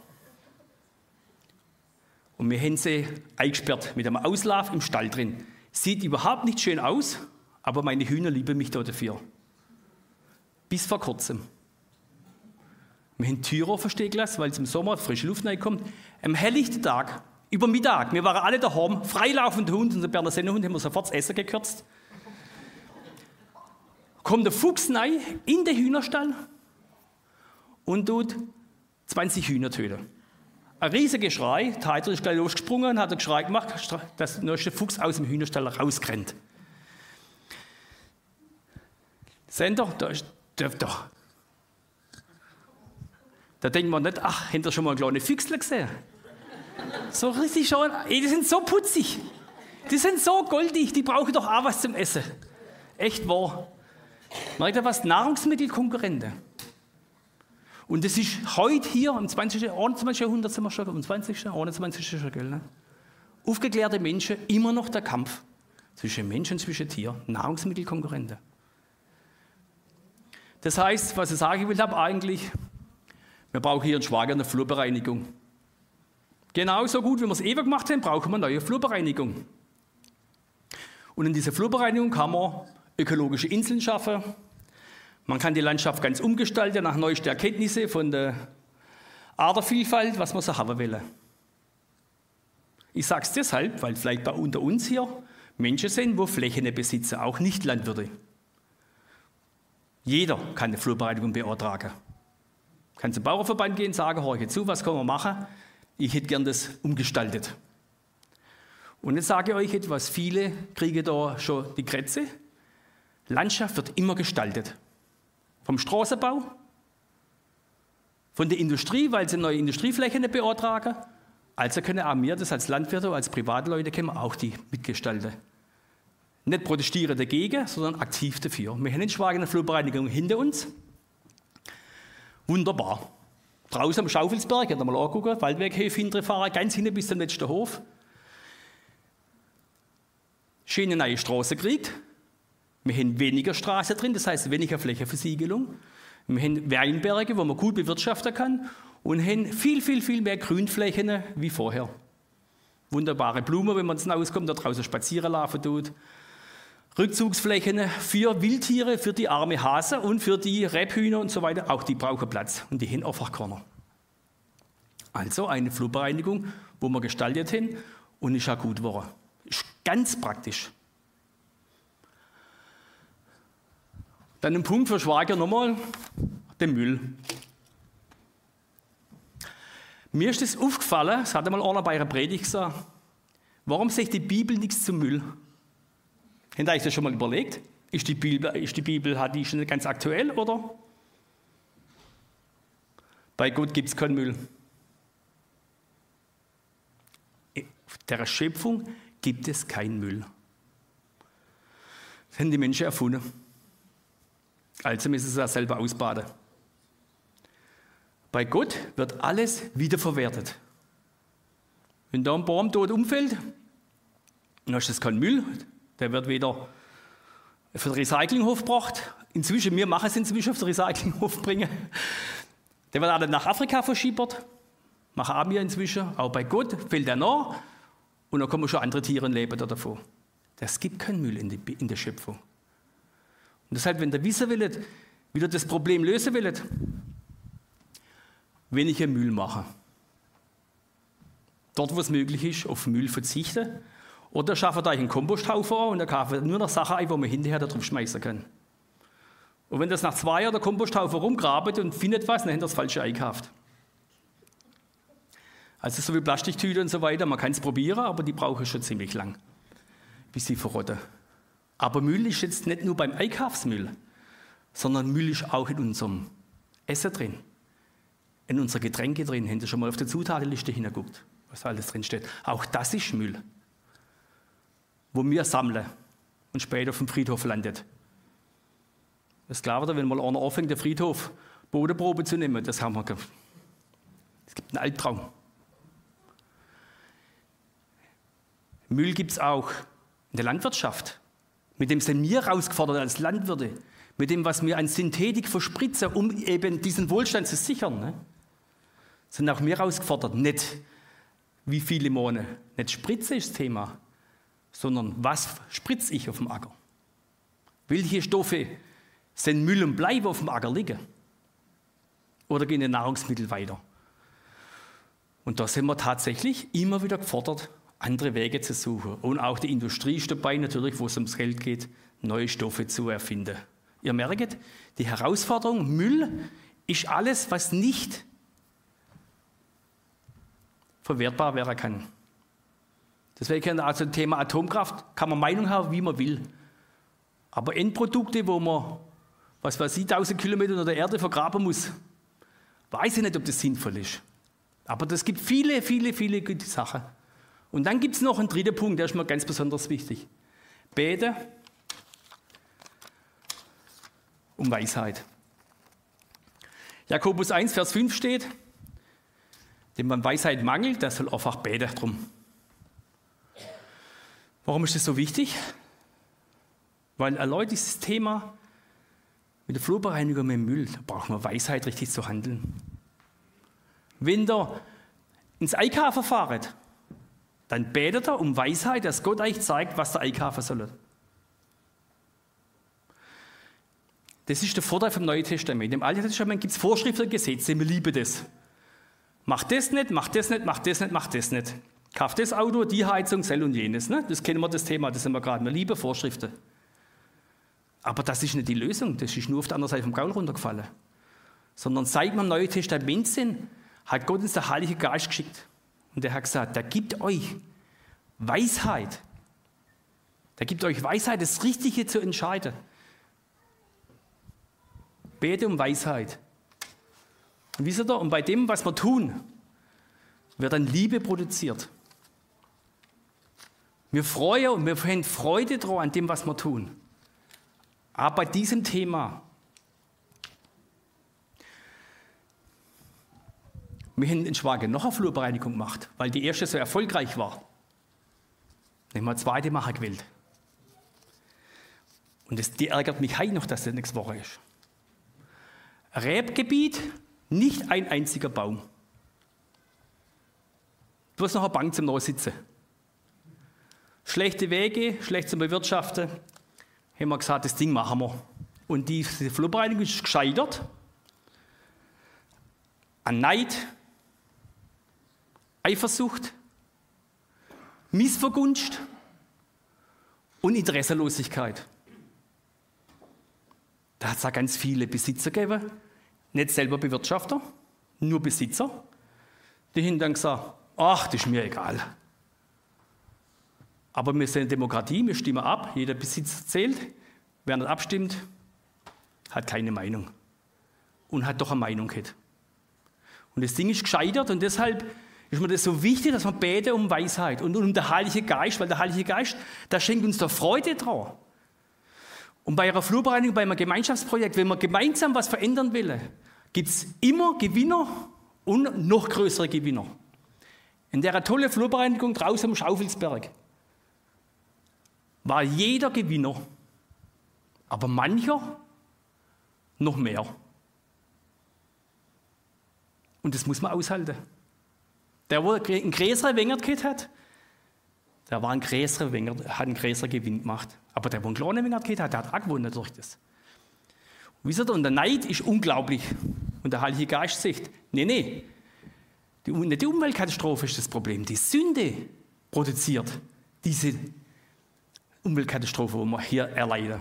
Und wir haben sie eingesperrt mit einem Auslauf im Stall drin. Sieht überhaupt nicht schön aus, aber meine Hühner lieben mich da dafür. Bis vor kurzem. Wir haben Türen verstehen gelassen, weil es im Sommer frische Luft reinkommt. Am helllichten Tag, über Mittag, wir waren alle daheim, freilaufender Hund, unser Berner Sennenhund, haben wir sofort das Essen gekürzt. Kommt der Fuchs rein in den Hühnerstall und tut 20 Hühner töten. Ein riesiger Schrei, der Heiter ist gleich losgesprungen und hat ein Geschrei gemacht, dass der Fuchs aus dem Hühnerstall rausrennt. Seht ihr, da denkt man nicht, ach, habt ihr schon mal einen kleinen Füchsle gesehen? So richtig schon, die sind so putzig, die sind so goldig, die brauchen doch auch was zum Essen. Echt wahr. Merkt ihr was? Nahrungsmittelkonkurrenten. Und das ist heute hier, im 21. Jahrhundert sind wir schon, im 20., 21. schon, gell, ne? Aufgeklärte Menschen, immer noch der Kampf zwischen Mensch und zwischen Tier, Nahrungsmittelkonkurrenten. Das heißt, was ich sagen will, eigentlich, wir brauchen hier in Schwager eine Flurbereinigung. Genauso gut, wie wir es ewig gemacht haben, brauchen wir eine neue Flurbereinigung. Und in dieser Flurbereinigung kann man ökologische Inseln schaffen. Man kann die Landschaft ganz umgestalten nach neuesten Erkenntnissen von der Artenvielfalt, was man so haben will. Ich sage es deshalb, weil vielleicht unter uns hier Menschen sind, wo Flächen besitzen, auch nicht Landwirte. Jeder kann eine Flurbereinigung beantragen. Kann zum Bauernverband gehen und sagen, hör hier zu, was können wir machen? Ich hätte gern das umgestaltet. Und jetzt sage ich euch etwas, viele kriegen da schon die Krätze. Landschaft wird immer gestaltet. Vom Straßenbau, von der Industrie, weil sie neue Industrieflächen beantragen. Also können auch wir das als Landwirte, als Privatleute, können wir auch die mitgestalten. Nicht protestieren dagegen, sondern aktiv dafür. Wir haben in Schwager eine Flurbereinigung hinter uns. Wunderbar. Draußen am Schaufelsberg, könnt ihr mal angucken, Waldweghöfe hinterfahren, ganz hinten bis zum letzten Hof. Schöne neue Straße gekriegt. Wir haben weniger Straße drin, das heißt weniger Flächenversiegelung. Wir haben Weinberge, wo man gut bewirtschaften kann und haben viel, viel, viel mehr Grünflächen wie vorher. Wunderbare Blumen, wenn man ins Haus kommt, da draußen spazieren laufen tut. Rückzugsflächen für Wildtiere, für die arme Hase und für die Rebhühner und so weiter, auch die brauchen Platz und die haben einfach keiner. Also eine Flurbereinigung, wo wir gestaltet haben und ist auch gut geworden. Ist ganz praktisch. Dann ein Punkt für Schwager nochmal, der Müll. Mir ist das aufgefallen, das hat einmal einer bei einer Predigt gesagt, warum sagt die Bibel nichts zum Müll? Habt ihr euch das schon mal überlegt? Ist die Bibel hat die schon nicht ganz aktuell, oder? Bei Gott gibt es keinen Müll. Auf der Schöpfung gibt es keinen Müll. Das haben die Menschen erfunden. Also müssen sie das selber ausbaden. Bei Gott wird alles wiederverwertet. Wenn da ein Baum tot umfällt, dann ist das kein Müll. Der wird wieder für den Recyclinghof gebracht. Inzwischen, wir machen es inzwischen auf den Recyclinghof bringen. Der wird alle nach Afrika verschiebert. Machen auch wir inzwischen. Auch bei Gott fällt er nach. Und dann kommen schon andere Tiere und leben da davon. Es gibt keinen Müll in der Schöpfung. Und deshalb, wenn ihr wissen wollt, wie ihr das Problem lösen wollt, weniger Müll machen. Dort, wo es möglich ist, auf Müll verzichten. Oder schafft euch einen Komposthaufen an und dann kauft ihr nur noch Sachen ein, die man hinterher da drauf schmeißen kann. Und wenn das nach 2 Jahren der Komposthaufen rumgrabt und findet was, dann habt ihr das Falsche eingekauft. Also so wie Plastiktüte und so weiter, man kann es probieren, aber die brauchen schon ziemlich lang, bis sie verrotten. Aber Müll ist jetzt nicht nur beim Einkaufsmüll, sondern Müll ist auch in unserem Essen drin, in unseren Getränken drin. Habt ihr schon mal auf der Zutatenliste hingeguckt, was alles drin steht? Auch das ist Müll, wo wir sammeln und später auf dem Friedhof landet. Das ist klar, oder? Wenn mal einer anfängt, den Friedhof Bodenprobe zu nehmen, das haben wir gemacht. Es gibt einen Albtraum. Müll gibt es auch in der Landwirtschaft. Mit dem sind wir herausgefordert als Landwirte. Mit dem, was wir an Synthetik verspritzen, um eben diesen Wohlstand zu sichern. Ne? Sind auch wir herausgefordert. Nicht wie viele Mohne. Nicht Spritze ist das Thema, sondern was spritze ich auf dem Acker? Welche Stoffe sind Müll und bleiben auf dem Acker liegen? Oder gehen die Nahrungsmittel weiter? Und da sind wir tatsächlich immer wieder gefordert, andere Wege zu suchen. Und auch die Industrie ist dabei, natürlich, wo es ums Geld geht, neue Stoffe zu erfinden. Ihr merkt, die Herausforderung, Müll ist alles, was nicht verwertbar werden kann. Deswegen also Thema Atomkraft, kann man Meinung haben, wie man will. Aber Endprodukte, wo man, was weiß ich, 1000 Kilometer unter der Erde vergraben muss, weiß ich nicht, ob das sinnvoll ist. Aber das gibt viele gute Sachen. Und dann gibt es noch einen dritten Punkt, der ist mir ganz besonders wichtig. Bete um Weisheit. Jakobus 1, Vers 5 steht, dem man Weisheit mangelt, der soll einfach beten drum. Warum ist das so wichtig? Weil allein dieses Thema mit der Flurbereinigung mit dem Müll, da braucht man Weisheit, richtig zu handeln. Wenn ihr ins Einkaufen fahrt, dann betet er um Weisheit, dass Gott euch zeigt, was der einkaufen soll. Das ist der Vorteil vom Neuen Testament. Im Alten Testament gibt es Vorschriften und Gesetze, wir lieben das. Mach das nicht, mach das nicht, mach das nicht, mach das nicht. Kauf das Auto, die Heizung, sel und jenes. Ne? Das kennen wir, das Thema, das sind wir gerade. Wir lieben Vorschriften. Aber das ist nicht die Lösung, das ist nur auf der anderen Seite vom Gaul runtergefallen. Sondern seit wir im Neuen Testament sind, hat Gott uns den Heiligen Geist geschickt. Und der hat gesagt, der gibt euch Weisheit. Der gibt euch Weisheit, das Richtige zu entscheiden. Bete um Weisheit. Und wisst ihr, und bei dem, was wir tun, wird dann Liebe produziert. Wir freuen und wir haben Freude daran an dem, was wir tun. Aber bei diesem Thema, wir haben in Schwagen noch eine Flurbereinigung gemacht, weil die erste so erfolgreich war. Dann haben wir eine zweite machen gewählt. Und die ärgert mich heute noch, dass das nächste Woche ist. Rebgebiet, nicht ein einziger Baum. Du hast noch eine Bank zum Nachsitzen. Schlechte Wege, schlecht zum Bewirtschaften. Haben wir gesagt, das Ding machen wir. Und diese Flurbereinigung ist gescheitert an Neid, Eifersucht, Missvergunst und Interessenlosigkeit. Da hat es auch ganz viele Besitzer gegeben, nicht selber Bewirtschafter, nur Besitzer. Die haben dann gesagt, ach, das ist mir egal. Aber wir sind eine Demokratie, wir stimmen ab, jeder Besitzer zählt. Wer nicht abstimmt, hat keine Meinung. Und hat doch eine Meinung gehabt. Und das Ding ist gescheitert und deshalb ist mir das so wichtig, dass wir beten um Weisheit und um den Heiligen Geist, weil der Heilige Geist, der schenkt uns da Freude dran. Und bei einer Flurbereinigung, bei einem Gemeinschaftsprojekt, wenn man gemeinsam was verändern will, gibt es immer Gewinner und noch größere Gewinner. In der tolle Flurbereinigung draußen am Schaufelsberg war jeder Gewinner. Aber mancher noch mehr. Und das muss man aushalten. Der, der einen größeren Wengert gehabt hat, der war hat einen größeren Gewinn gemacht. Aber der, der einen kleinen Wengert gehabt hat, der hat auch gewonnen durch das. Und wisst ihr, und der Neid ist unglaublich. Und der Heilige Geist sagt, nee, nicht die Umweltkatastrophe ist das Problem. Die Sünde produziert diese Umweltkatastrophe, die wir hier erleiden.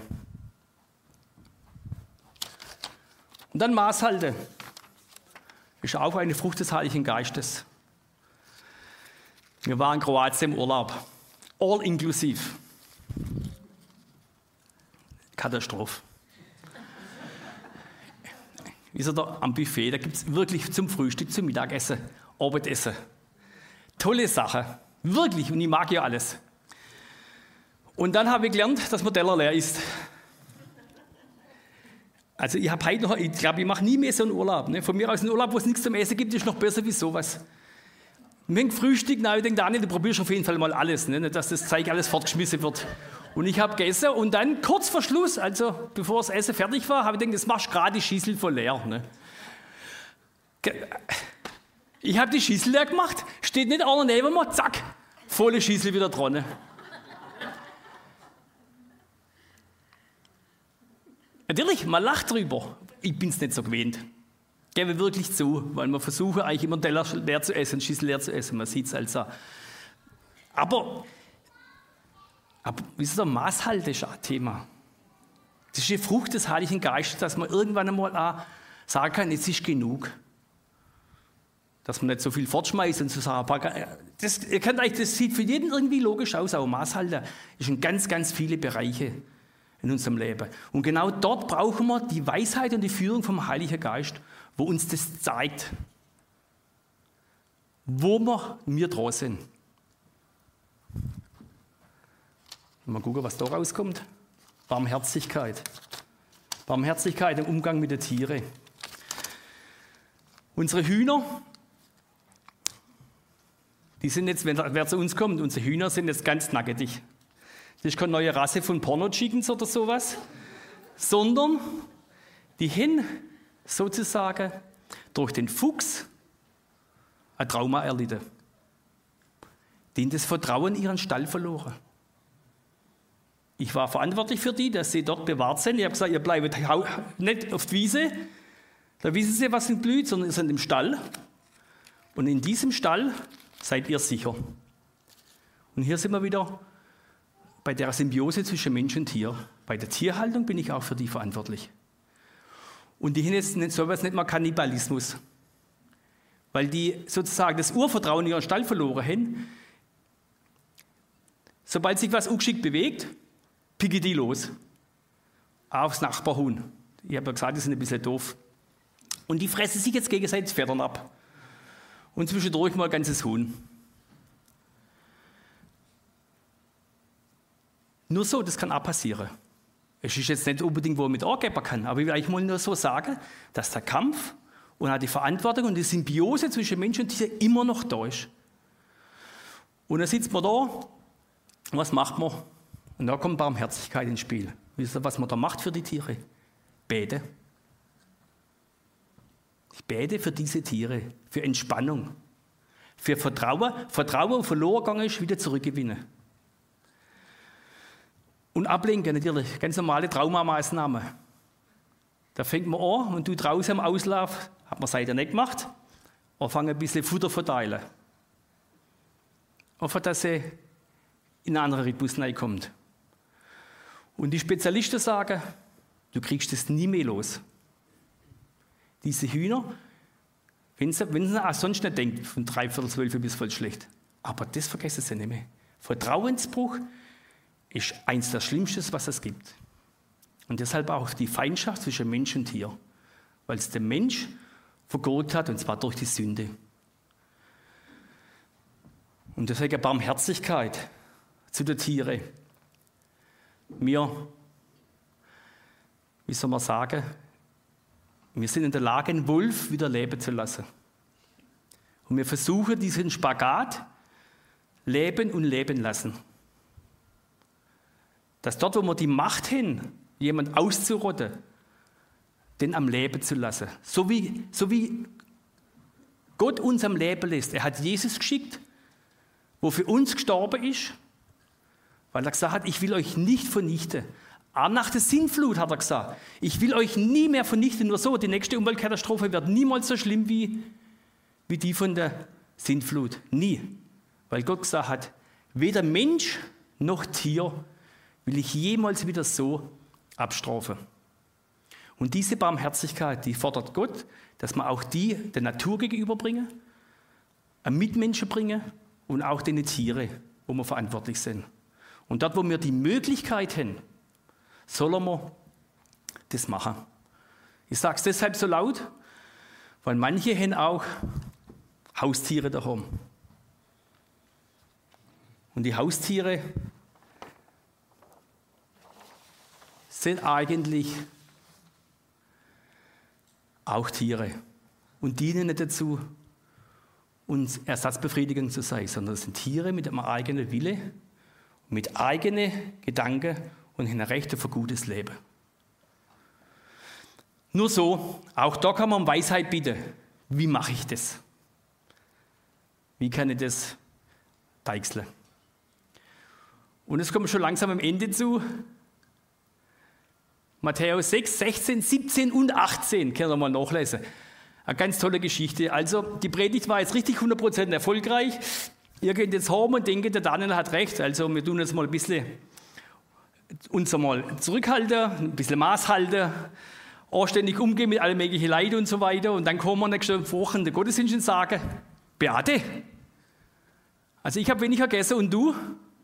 Und dann Maß halten. Ist auch eine Frucht des Heiligen Geistes. Wir waren in Kroatien im Urlaub. All inklusiv. Katastrophe. Wisst ihr, da am Buffet, da gibt es wirklich zum Frühstück, zum Mittagessen, Abendessen. Tolle Sache. Wirklich. Und ich mag ja alles. Und dann habe ich gelernt, dass man Teller leer ist. Also ich habe heute noch, ich glaube, ich mache nie mehr so einen Urlaub. Ne? Von mir aus einen Urlaub, wo es nichts zum Essen gibt, ist noch besser wie sowas. Wenn Frühstück, na, ich denke, Daniel, du probierst auf jeden Fall mal alles, ne? Dass das Zeug alles fortgeschmissen wird. Und ich habe gegessen und dann kurz vor Schluss, also bevor das Essen fertig war, habe ich gedacht, das machst du gerade die Schüssel voll leer. Ne? Ich habe die Schüssel leer gemacht, steht nicht einer neben mir, zack, volle Schüssel wieder dran. Ne? Natürlich, man lacht drüber. Ich bin es nicht so gewöhnt. Gebe wirklich zu, weil man versucht eigentlich immer Teller leer zu essen, Schüssel leer zu essen. Man sieht es also. Aber wisst ihr, Maßhalten ist ein Thema. Das ist die Frucht des Heiligen Geistes, dass man irgendwann einmal auch sagen kann, jetzt ist genug. Dass man nicht so viel fortschmeißt und so sagen, das sieht für jeden irgendwie logisch aus, aber Maßhalten ist in ganz, ganz viele Bereiche in unserem Leben. Und genau dort brauchen wir die Weisheit und die Führung vom Heiligen Geist, wo uns das zeigt, wo wir dran sind. Mal gucken, was da rauskommt. Barmherzigkeit. Barmherzigkeit im Umgang mit den Tieren. Unsere Hühner, die sind jetzt, wer zu uns kommt, unsere Hühner sind jetzt ganz nackig. Das ist keine neue Rasse von Porno-Chickens oder sowas, sondern die haben sozusagen durch den Fuchs ein Trauma erlitten. Die haben das Vertrauen in ihren Stall verloren. Ich war verantwortlich für die, dass sie dort bewahrt sind. Ich habe gesagt, ihr bleibt nicht auf die Wiese, da wissen sie, was blüht, sondern ihr seid im Stall. Und in diesem Stall seid ihr sicher. Und hier sind wir wieder bei der Symbiose zwischen Mensch und Tier. Bei der Tierhaltung bin ich auch für die verantwortlich. Und die haben jetzt sowas nicht mal Kannibalismus. Weil die sozusagen das Urvertrauen in ihren Stall verloren haben. Sobald sich was ungeschickt bewegt, picken die los. Aufs Nachbarhuhn. Ich habe ja gesagt, die sind ein bisschen doof. Und die fressen sich jetzt gegenseitig Federn ab. Und zwischendurch mal ein ganzes Huhn. Nur so, das kann auch passieren. Es ist jetzt nicht unbedingt, wo man mit angeben kann, aber ich will eigentlich mal nur so sagen, dass der Kampf und auch die Verantwortung und die Symbiose zwischen Mensch und Tier immer noch da ist. Und dann sitzt man da, was macht man? Und da kommt Barmherzigkeit ins Spiel. Wisst ihr, was man da macht für die Tiere? Bete. Ich bete für diese Tiere, für Entspannung, für Vertrauen, das verloren gegangen ist, wieder zurückgewinnen. Und ablenken natürlich, ganz normale Traumamaßnahmen. Da fängt man an und du draußen am Auslauf, hat man seither nicht gemacht, und fangen ein bisschen Futter verteilen. Einfach, dass sie in einen anderen Rhythmus reinkommt. Und die Spezialisten sagen, du kriegst es nie mehr los. Diese Hühner, wenn sie auch sonst nicht denken, von 11:45 bis voll schlecht. Aber das vergessen sie nicht mehr. Vertrauensbruch ist eins der Schlimmsten, was es gibt. Und deshalb auch die Feindschaft zwischen Mensch und Tier. Weil es der Mensch vergurkt hat, und zwar durch die Sünde. Und deswegen Barmherzigkeit zu den Tieren. Wir, wie soll man sagen, wir sind in der Lage, einen Wolf wieder leben zu lassen. Und wir versuchen diesen Spagat leben und leben lassen. Dass dort, wo wir die Macht haben, jemand auszurotten, den am Leben zu lassen. So wie Gott uns am Leben lässt. Er hat Jesus geschickt, wo für uns gestorben ist, weil er gesagt hat, ich will euch nicht vernichten. Auch nach der Sintflut hat er gesagt, ich will euch nie mehr vernichten. Nur so, die nächste Umweltkatastrophe wird niemals so schlimm wie die von der Sintflut. Nie. Weil Gott gesagt hat, weder Mensch noch Tier will ich jemals wieder so abstrafen. Und diese Barmherzigkeit, die fordert Gott, dass wir auch die der Natur gegenüberbringen, an Mitmenschen bringen und auch den Tiere, wo wir verantwortlich sind. Und dort, wo wir die Möglichkeit haben, sollen wir das machen. Ich sage es deshalb so laut, weil manche haben auch Haustiere daheim. Und die Haustiere sind eigentlich auch Tiere und dienen nicht dazu, uns Ersatzbefriedigung zu sein, sondern es sind Tiere mit einem eigenen Wille, mit eigenen Gedanken und haben ein Recht auf ein gutes Leben. Nur so, auch da kann man um Weisheit bitten. Wie mache ich das? Wie kann ich das deichseln? Und es kommt schon langsam am Ende zu. Matthäus 6, 16, 17 und 18, können wir mal nachlesen. Eine ganz tolle Geschichte. Also, die Predigt war jetzt richtig 100% erfolgreich. Ihr geht jetzt heim und denkt, der Daniel hat recht. Also, wir tun jetzt mal ein bisschen uns mal zurückhalten, ein bisschen Maß halten, anständig umgehen mit allen möglichen Leuten und so weiter. Und dann kommen wir nächste Woche in den Gottesdienst und sagen, Beate, also ich habe wenig gegessen und du?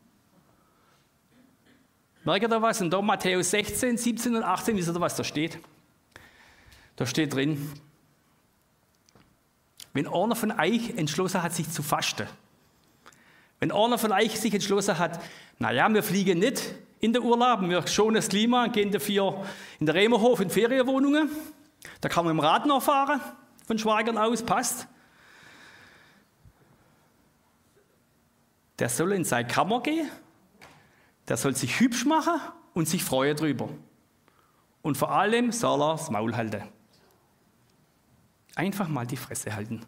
Merkt ihr da was? Und da Matthäus 16, 17 und 18, wisst ihr, was da steht? Da steht drin, wenn einer von euch entschlossen hat, sich zu fasten, wenn einer von euch sich entschlossen hat, naja, wir fliegen nicht in den Urlaub, wir schonen das Klima, gehen dafür in den Remerhof in Ferienwohnungen, da kann man im Rad noch fahren, von Schweigern aus, passt. Der soll in seine Kammer gehen, der soll sich hübsch machen und sich freuen drüber. Und vor allem soll er das Maul halten. Einfach mal die Fresse halten.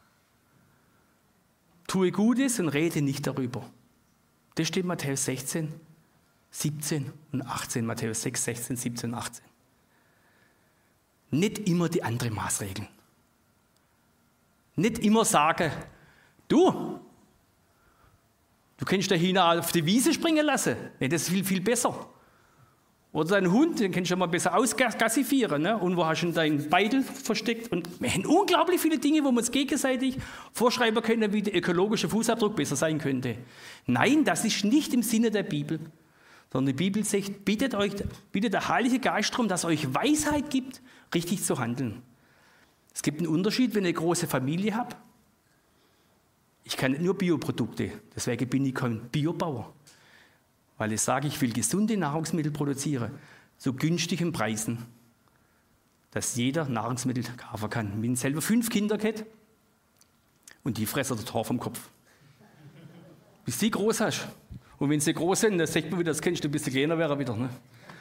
Tue Gutes und rede nicht darüber. Das steht in Matthäus 16, 17 und 18. Matthäus 6, 16, 17 und 18. Nicht immer die andere Maßregeln. Nicht immer sagen, du kannst den Hina auf die Wiese springen lassen. Nee, das ist viel, viel besser. Oder deinen Hund, den kannst du mal besser ausgassifieren. Ne? Und wo hast du deinen Beitel versteckt? Und wir haben unglaublich viele Dinge, wo wir uns gegenseitig vorschreiben können, wie der ökologische Fußabdruck besser sein könnte. Nein, das ist nicht im Sinne der Bibel. Sondern die Bibel sagt, bittet der Heilige Geist darum, dass er euch Weisheit gibt, richtig zu handeln. Es gibt einen Unterschied, wenn ich eine große Familie habe. Ich kann nicht nur Bioprodukte, deswegen bin ich kein Biobauer. Weil ich sage, ich will gesunde Nahrungsmittel produzieren, zu günstigen Preisen, dass jeder Nahrungsmittel kaufen kann. Wenn ich selber 5 Kinder hätte und die fressen das Haar vom Kopf. Bis die groß hast. Und wenn sie groß sind, dann sagt man wieder, das kennst du, ein bisschen kleiner wäre wieder. Ne?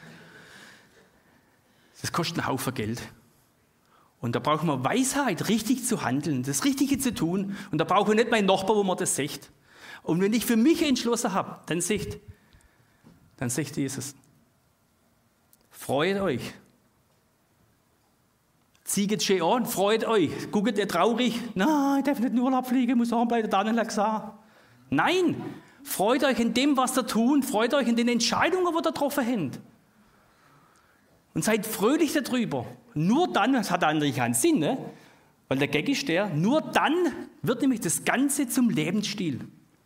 Das kostet einen Haufen Geld. Und da brauchen wir Weisheit, richtig zu handeln, das Richtige zu tun. Und da brauche ich nicht meinen Nachbar, wo man das sagt. Und wenn ich für mich entschlossen habe, dann sagt Jesus, freut euch. Zieht schön an, freut euch. Guckt ihr traurig, nein, ich darf nicht in den Urlaub fliegen, muss auch bleiben, Daniel hat gesagt. Nein, freut euch in dem, was ihr tut, freut euch in den Entscheidungen, die ihr getroffen habt. Und seid fröhlich darüber. Nur dann, das hat eigentlich keinen Sinn, ne? Weil der Gag ist der, nur dann wird nämlich das Ganze zum Lebensstil.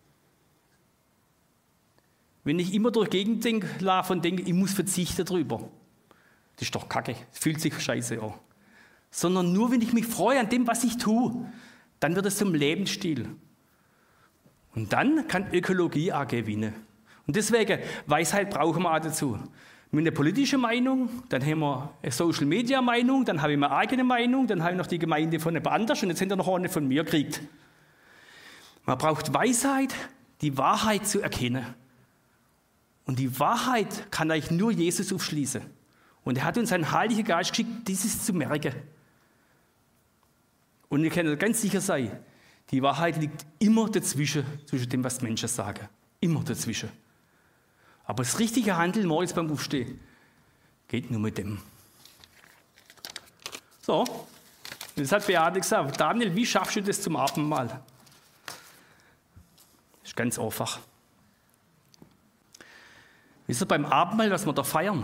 Wenn ich immer durch die Gegend laufe und denke, ich muss verzichten darüber, das ist doch kacke, das fühlt sich scheiße an. Sondern nur, wenn ich mich freue an dem, was ich tue, dann wird es zum Lebensstil. Und dann kann Ökologie auch gewinnen. Und deswegen, Weisheit brauchen wir auch dazu. Wir haben eine politische Meinung, dann haben wir eine Social-Media-Meinung, dann habe ich meine eigene Meinung, dann habe ich noch die Gemeinde von jemand anders und jetzt haben wir noch eine von mir gekriegt. Man braucht Weisheit, die Wahrheit zu erkennen. Und die Wahrheit kann eigentlich nur Jesus aufschließen. Und er hat uns einen Heiligen Geist geschickt, dieses zu merken. Und ihr könnt ganz sicher sein, die Wahrheit liegt immer dazwischen, zwischen dem, was die Menschen sagen. Immer dazwischen. Aber das richtige Handeln morgens beim Aufstehen geht nur mit dem. So, das hat Beate gesagt. Daniel, wie schaffst du das zum Abendmahl? Das ist ganz einfach. Wisst ihr, beim Abendmahl, was wir da feiern,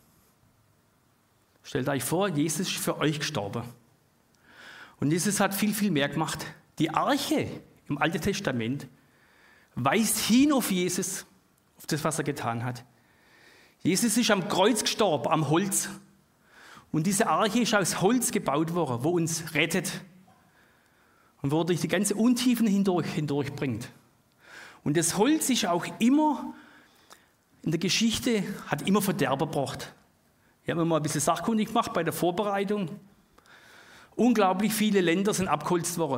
stellt euch vor, Jesus ist für euch gestorben. Und Jesus hat viel, viel mehr gemacht. Die Arche im Alten Testament weist hin auf Jesus, auf das, was er getan hat. Jesus ist am Kreuz gestorben, am Holz. Und diese Arche ist aus Holz gebaut worden, wo uns rettet und wo durch die ganzen Untiefen hindurchbringt. Und das Holz ist auch immer in der Geschichte, hat immer Verderber gebracht. Ich habe mir mal ein bisschen sachkundig gemacht bei der Vorbereitung. Unglaublich viele Länder sind abgeholzt worden.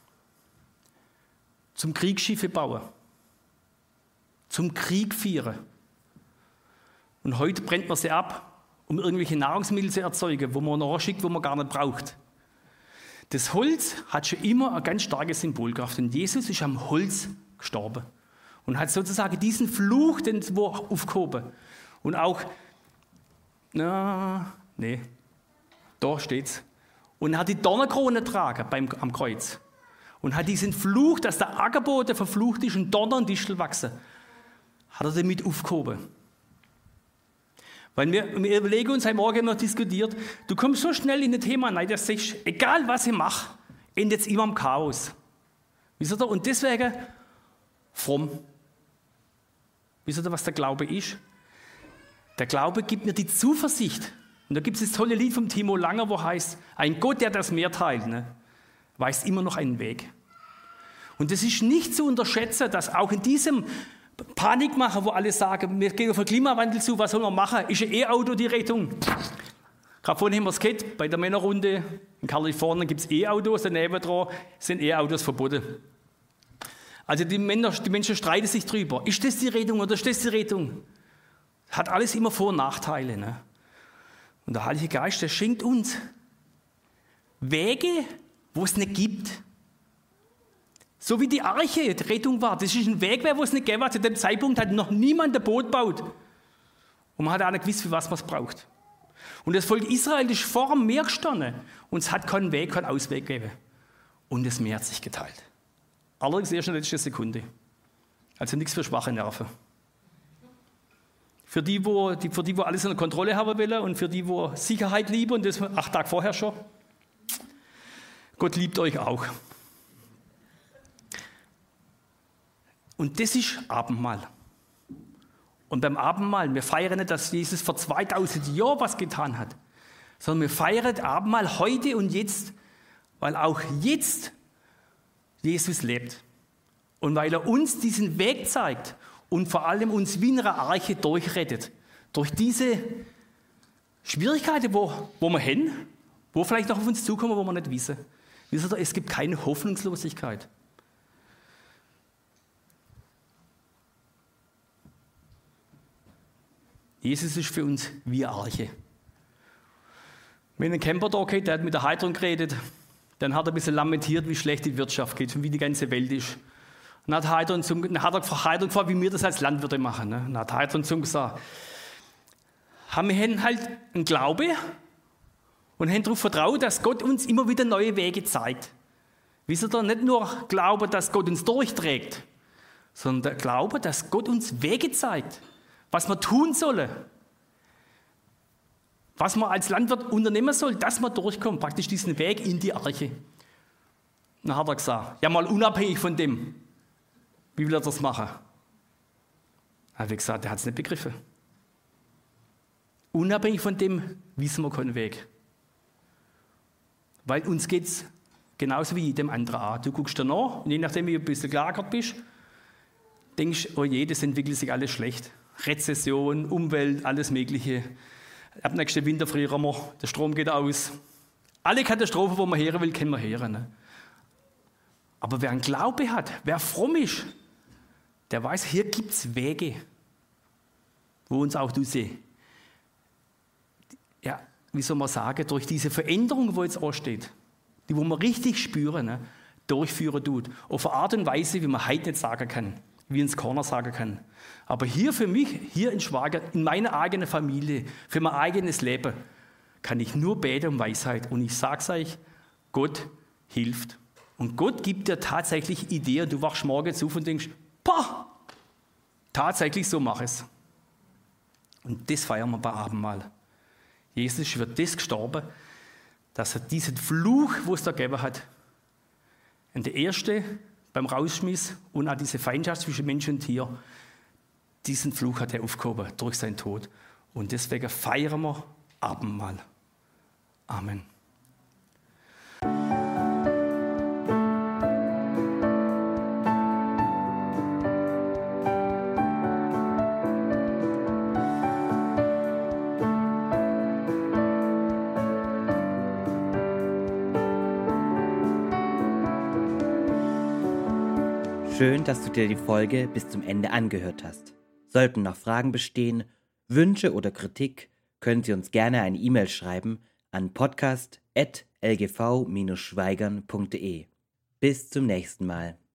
Zum Kriegsschiffe bauen. Zum Krieg führen. Und heute brennt man sie ab, um irgendwelche Nahrungsmittel zu erzeugen, wo man nachschickt, wo man gar nicht braucht. Das Holz hat schon immer eine ganz starke Symbolkraft. Und Jesus ist am Holz gestorben. Und hat sozusagen diesen Fluch, den wo aufgehoben. Und auch, da steht's. Und er hat die Dornenkrone getragen am Kreuz. Und hat diesen Fluch, dass der Ackerboden verflucht ist und Donner und Distel wachsen, hat er damit aufgehoben. Weil wir überlegen uns, heute Morgen noch diskutiert, du kommst so schnell in ein Thema rein, dass du sagst, egal was ich mache, endet es immer im Chaos. Wisst ihr? Und deswegen fromm. Wisst ihr, was der Glaube ist? Der Glaube gibt mir die Zuversicht. Und da gibt es das tolle Lied vom Timo Langer, wo heißt, ein Gott, der das Meer teilt, weist immer noch einen Weg. Und es ist nicht zu unterschätzen, dass auch in diesem Panikmachen, wo alle sagen, wir gehen auf den Klimawandel zu, was soll man machen? Ist ein E-Auto die Rettung? Gerade vorhin haben wir es gehabt, bei der Männerrunde in Kalifornien gibt es E-Autos, daneben dran sind E-Autos verboten. Also die Menschen streiten sich drüber. Ist das die Rettung oder ist das die Rettung? Hat alles immer Vor- und Nachteile. Und der Heilige Geist, der schenkt uns Wege, wo es nicht gibt. So wie die Arche die Rettung war. Das ist ein Weg, wo es nicht gegeben hat. Zu dem Zeitpunkt hat noch niemand ein Boot gebaut. Und man hat auch nicht gewusst, für was man es braucht. Und das Volk Israel ist vor dem Meer gestanden. Und es hat keinen Weg, keinen Ausweg gegeben. Und das Meer hat sich geteilt. Allerdings erst in der letzten Sekunde. Also nichts für schwache Nerven. Für die, wo alles unter Kontrolle haben wollen und für die, wo Sicherheit lieben und das 8 Tage vorher schon. Gott liebt euch auch. Und das ist Abendmahl. Und beim Abendmahl, wir feiern nicht, dass Jesus vor 2000 Jahren was getan hat, sondern wir feiern Abendmahl heute und jetzt, weil auch jetzt Jesus lebt. Und weil er uns diesen Weg zeigt und vor allem uns wie in einer Arche durchrettet. Durch diese Schwierigkeiten, wo wir hin, wo vielleicht noch auf uns zukommen, wo wir nicht wissen. Wisst ihr, es gibt keine Hoffnungslosigkeit. Jesus ist für uns wie eine Arche. Wenn ein Camper da geht, der hat mit der Heiterung geredet, dann hat er ein bisschen lamentiert, wie schlecht die Wirtschaft geht und wie die ganze Welt ist. Dann hat Heiterung gefragt, wie wir das als Landwirte machen. Dann hat Heiterung zum gesagt, wir haben halt einen Glaube und haben darauf vertraut, dass Gott uns immer wieder neue Wege zeigt. Wisst ihr, nicht nur Glaube, dass Gott uns durchträgt, sondern der Glaube, dass Gott uns Wege zeigt, was wir tun sollen, was man als Landwirt unternehmen soll, dass man durchkommt, praktisch diesen Weg in die Arche. Dann hat er gesagt, ja mal unabhängig von dem, wie will er das machen? Dann habe ich gesagt, er hat es nicht begriffen. Unabhängig von dem wissen wir keinen Weg. Weil uns geht es genauso wie dem anderen an. Du guckst danach und je nachdem, wie du ein bisschen gelagert bist, denkst du, oh je, das entwickelt sich alles schlecht. Rezession, Umwelt, alles Mögliche. Ab nächsten Winter frieren wir, der Strom geht aus. Alle Katastrophen, wo man hören will, können wir hören. Aber wer einen Glaube hat, wer fromm ist, der weiß, hier gibt es Wege, wo uns auch du siehst. wie soll man sagen, durch diese Veränderung, wo jetzt ansteht, die wo man richtig spüren, ne, durchführen tut. Auf eine Art und Weise, wie man heute nicht sagen kann, wie ins Corner sagen kann. Aber hier für mich, hier in Schwager, in meiner eigenen Familie, für mein eigenes Leben, kann ich nur beten um Weisheit. Und ich sage es euch, Gott hilft. Und Gott gibt dir tatsächlich Ideen. Du wachst morgens auf und denkst, boah, tatsächlich so mach es. Und das feiern wir beim Abendmahl. Jesus ist für das gestorben, dass er diesen Fluch, wo es da gegeben hat, und der erste beim Rausschmiss und auch diese Feindschaft zwischen Mensch und Tier, diesen Fluch hat er aufgehoben durch seinen Tod. Und deswegen feiern wir Abendmahl. Amen. Schön, dass du dir die Folge bis zum Ende angehört hast. Sollten noch Fragen bestehen, Wünsche oder Kritik, können Sie uns gerne eine E-Mail schreiben an podcast@lgv-schweigern.de. Bis zum nächsten Mal.